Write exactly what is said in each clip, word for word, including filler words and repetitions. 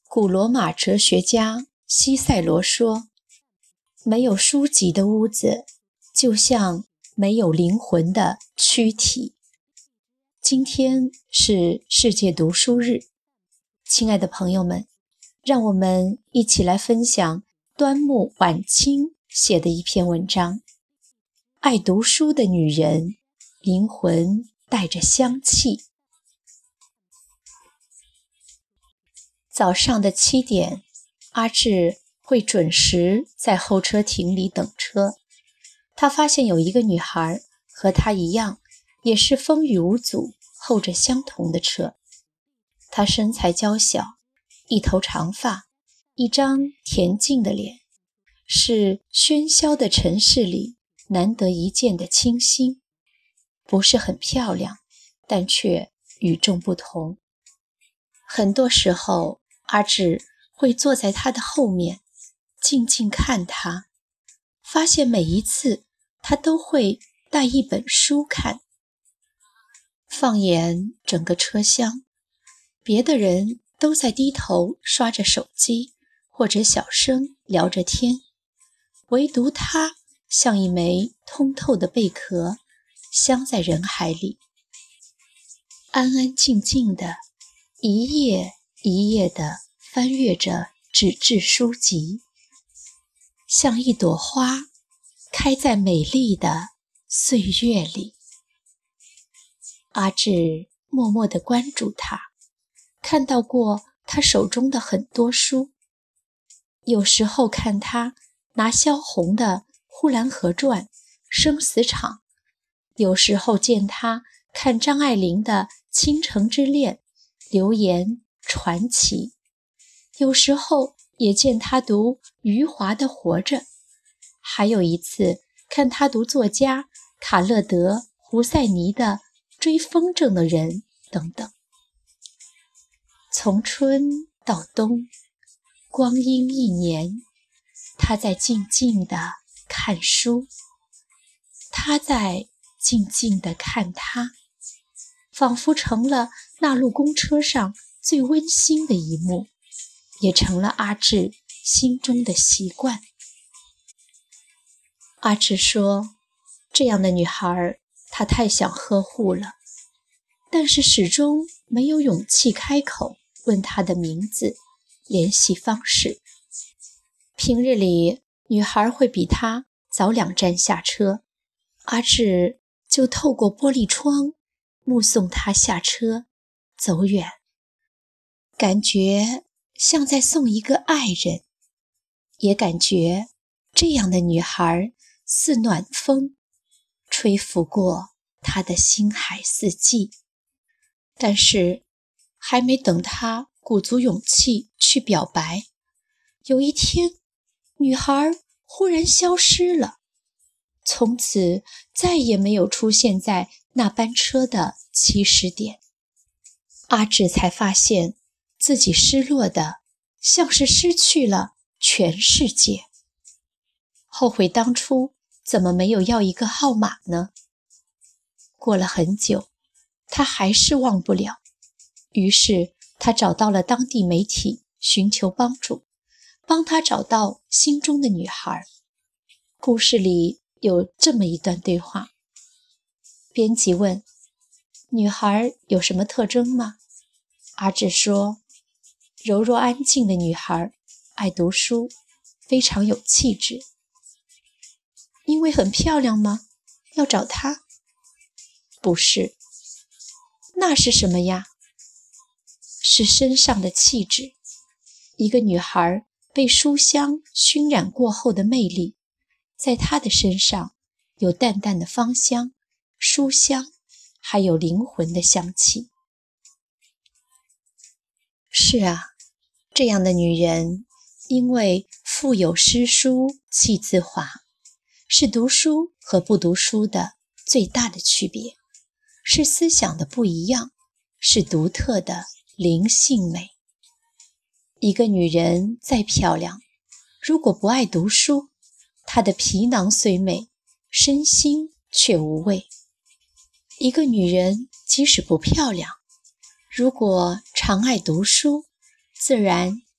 古罗马哲学家西塞罗说，没有书籍的屋子就像没有灵魂的躯体。今天是世界读书日，亲爱的朋友们，让我们一起来分享端木晚清写的一篇文章。爱读书的女人，灵魂带着香气。早上的七点，阿志会准时在候车亭里等车。他发现有一个女孩和他一样，也是风雨无阻候着相同的车。她身材娇小，一头长发，一张恬静的脸，是喧嚣的城市里难得一见的清新。不是很漂亮，但却与众不同。很多时候，阿志会坐在她的后面，静静看她，发现每一次她都会带一本书看。放眼整个车厢，别的人都在低头刷着手机，或者小声聊着天，唯独她像一枚通透的贝壳，镶在人海里，安安静静的，一页一页地翻阅着纸质书籍，像一朵花开在美丽的岁月里。阿志默默地关注他，看到过他手中的很多书，有时候看他拿萧红的《呼兰河传》《生死场》，有时候见他看张爱玲的《倾城之恋》《流言》《传奇》，有时候也见他读余华的《活着》，还有一次看他读作家卡勒德·胡塞尼的《追风筝的人》等等。从春到冬，光阴一年，他在静静地看书，他在静静地看他，仿佛成了那路公车上最温馨的一幕，也成了阿志心中的习惯。阿志说，这样的女孩他太想呵护了，但是始终没有勇气开口问她的名字、联系方式。平日里，女孩会比他早两站下车，阿志就透过玻璃窗目送她下车走远，感觉像在送一个爱人，也感觉这样的女孩似暖风，吹拂过她的星海四季。但是还没等她鼓足勇气去表白，有一天，女孩忽然消失了，从此再也没有出现在那班车的起始点。阿志才发现自己失落的像是失去了全世界，后悔当初怎么没有要一个号码呢？过了很久，他还是忘不了，于是他找到了当地媒体寻求帮助，帮他找到心中的女孩。故事里有这么一段对话，编辑问，女孩有什么特征吗？阿志说，柔弱安静的女孩，爱读书，非常有气质。因为很漂亮吗？要找她？不是。那是什么呀？是身上的气质。一个女孩被书香熏染过后的魅力，在她的身上有淡淡的芳香、书香，还有灵魂的香气。是啊，这样的女人，因为腹有诗书气自华，是读书和不读书的最大的区别，是思想的不一样，是独特的灵性美。一个女人再漂亮，如果不爱读书，她的皮囊虽美，身心却无味。一个女人即使不漂亮，如果常爱读书，自然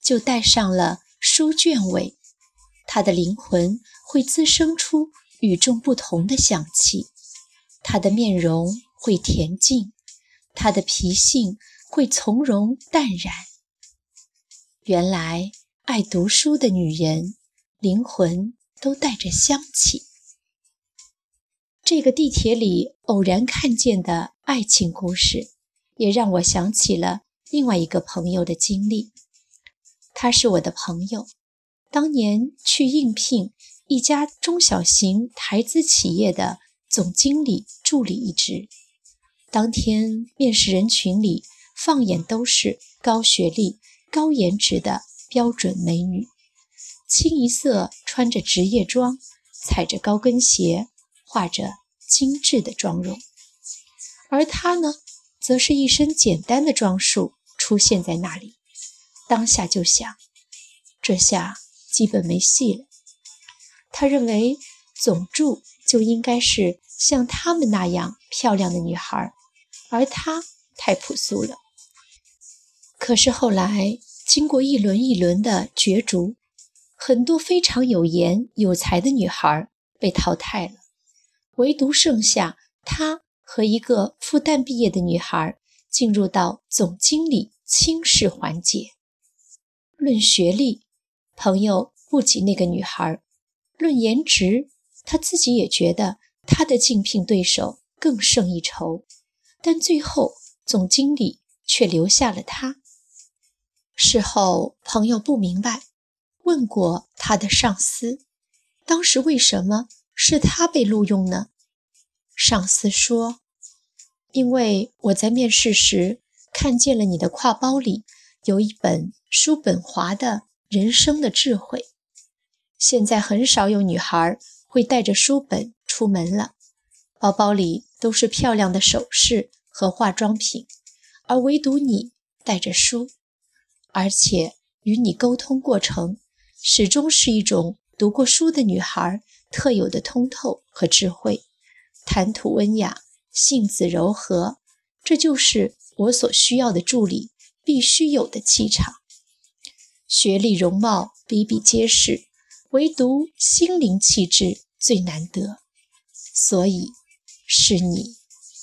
就带上了书卷味，她的灵魂会滋生出与众不同的香气，她的面容会恬静，她的脾性会从容淡然。原来爱读书的女人，灵魂都带着香气。这个地铁里偶然看见的爱情故事，也让我想起了另外一个朋友的经历。他是我的朋友，当年去应聘一家中小型台资企业的总经理助理一职。当天面试人群里，放眼都是高学历、高颜值的标准美女，清一色穿着职业装，踩着高跟鞋，画着精致的妆容。而他呢，则是一身简单的装束出现在那里。当下就想，这下基本没戏了。他认为总助就应该是像他们那样漂亮的女孩，而她太朴素了。可是后来经过一轮一轮的角逐，很多非常有颜有才的女孩被淘汰了，唯独剩下她和一个复旦毕业的女孩进入到总经理轻视环节。论学历，朋友不及那个女孩；论颜值，他自己也觉得他的竞聘对手更胜一筹，但最后总经理却留下了他。事后朋友不明白，问过他的上司，当时为什么是他被录用呢？上司说，因为我在面试时看见了你的挎包里有一本叔本华的人生的智慧。现在很少有女孩会带着书本出门了，包包里都是漂亮的首饰和化妆品，而唯独你带着书，而且与你沟通过程始终是一种读过书的女孩特有的通透和智慧，谈吐温雅，性子柔和，这就是我所需要的助理必须有的气场。学历容貌比比皆是，唯独心灵气质最难得，所以是你。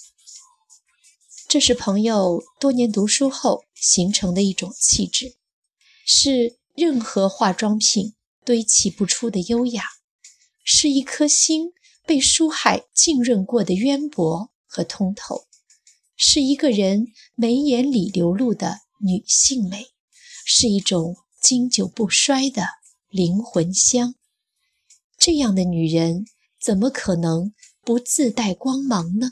这是朋友多年读书后形成的一种气质，是任何化妆品堆砌不出的优雅，是一颗心被书海浸润过的渊博和通透，是一个人眉眼里流露的女性美，是一种经久不衰的灵魂香。这样的女人怎么可能不自带光芒呢？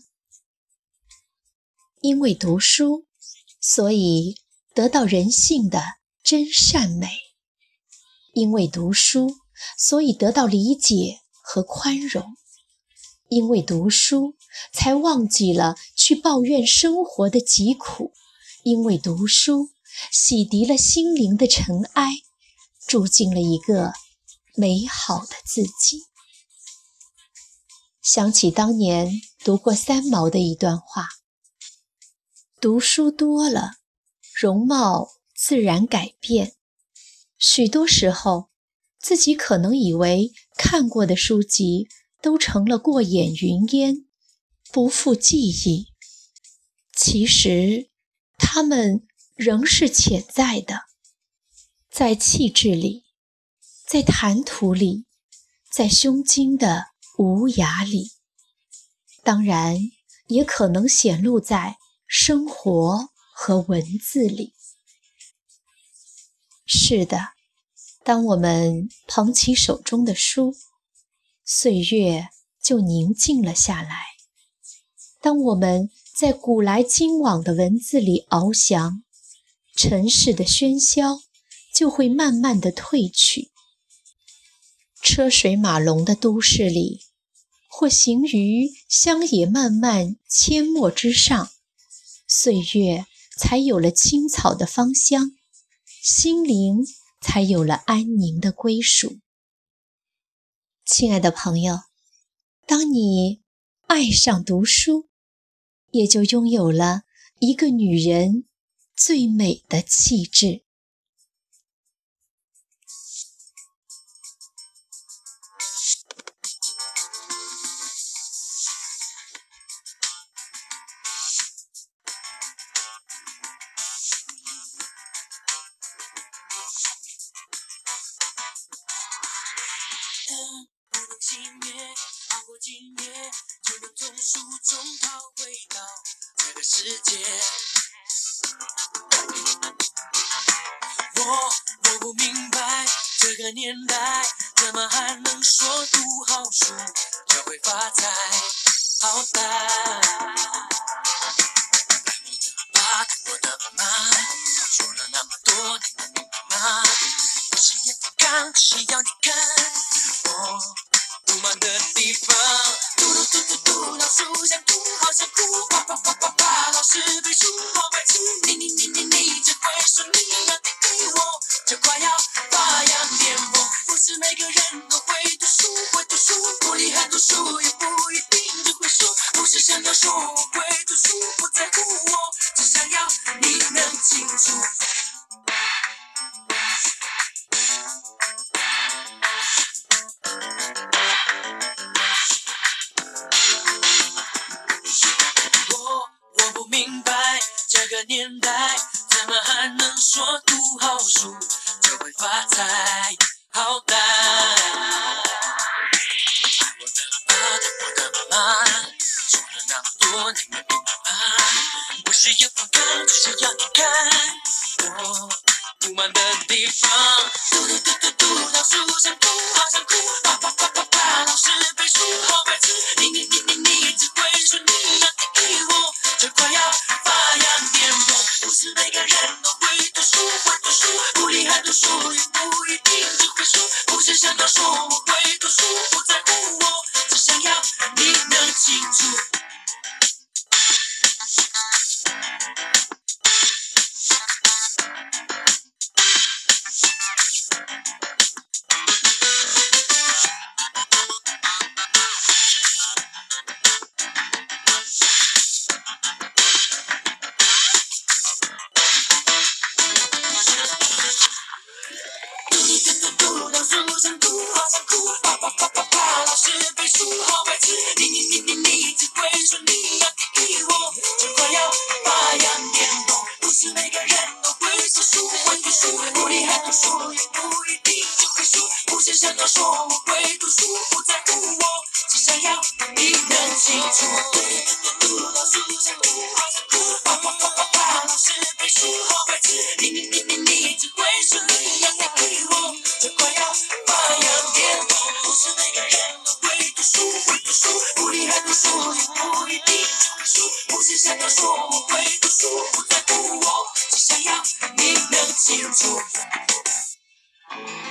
因为读书，所以得到人性的真善美；因为读书，所以得到理解和宽容；因为读书，才忘记了去抱怨生活的疾苦；因为读书，洗涤了心灵的尘埃，住进了一个美好的自己。想起当年读过三毛的一段话，读书多了，容貌自然改变。许多时候，自己可能以为看过的书籍都成了过眼云烟，不复记忆。其实，它们仍是潜在的，在气质里，在谈吐里，在胸襟的无涯里，当然也可能显露在生活和文字里。是的，当我们捧起手中的书，岁月就宁静了下来。当我们在古来今往的文字里翱翔，尘世的喧嚣就会慢慢地退去。车水马龙的都市里，或行于乡野漫漫阡陌之上，岁月才有了青草的芳香，心灵才有了安宁的归属。亲爱的朋友，当你爱上读书，也就拥有了一个女人最美的气质。 中逃回到这个世界。我我不明白，这个年代怎么还能说读好书就会发财？好歹爸，我的妈妈说了那么多，你能明白吗？不是眼刚，只是要你看我不满的地方。嘟嘟嘟嘟嘟，老鼠想哭，好想哭，啪啪啪啪啪，老师背书好白痴，你你你你你只会说你要敌我，就快要发扬癫疯。不是每个人都会读书，会读书，不厉害读书也不一定就会输。不是想要说我会读书，不在乎我，只想要你能清楚。我我不明白，这个年代怎么还能说读好书就会发财？好歹我的爸，我的妈妈说了那么多，你能明白吗？不是要反抗，只是要你看我不满的地方。嘟嘟嘟嘟嘟，老鼠想哭，好想哭，啪啪啪啪啪，老师背书好白痴，你你你你你只会说你要敌我，这快要发扬癫疯。不是每个人都会读书，会读书，不厉害读书也不一定就会输。不是想要说我会读书，不在乎我，只想要你能清楚。想要说我会读书，不在乎我，只想要你能清楚。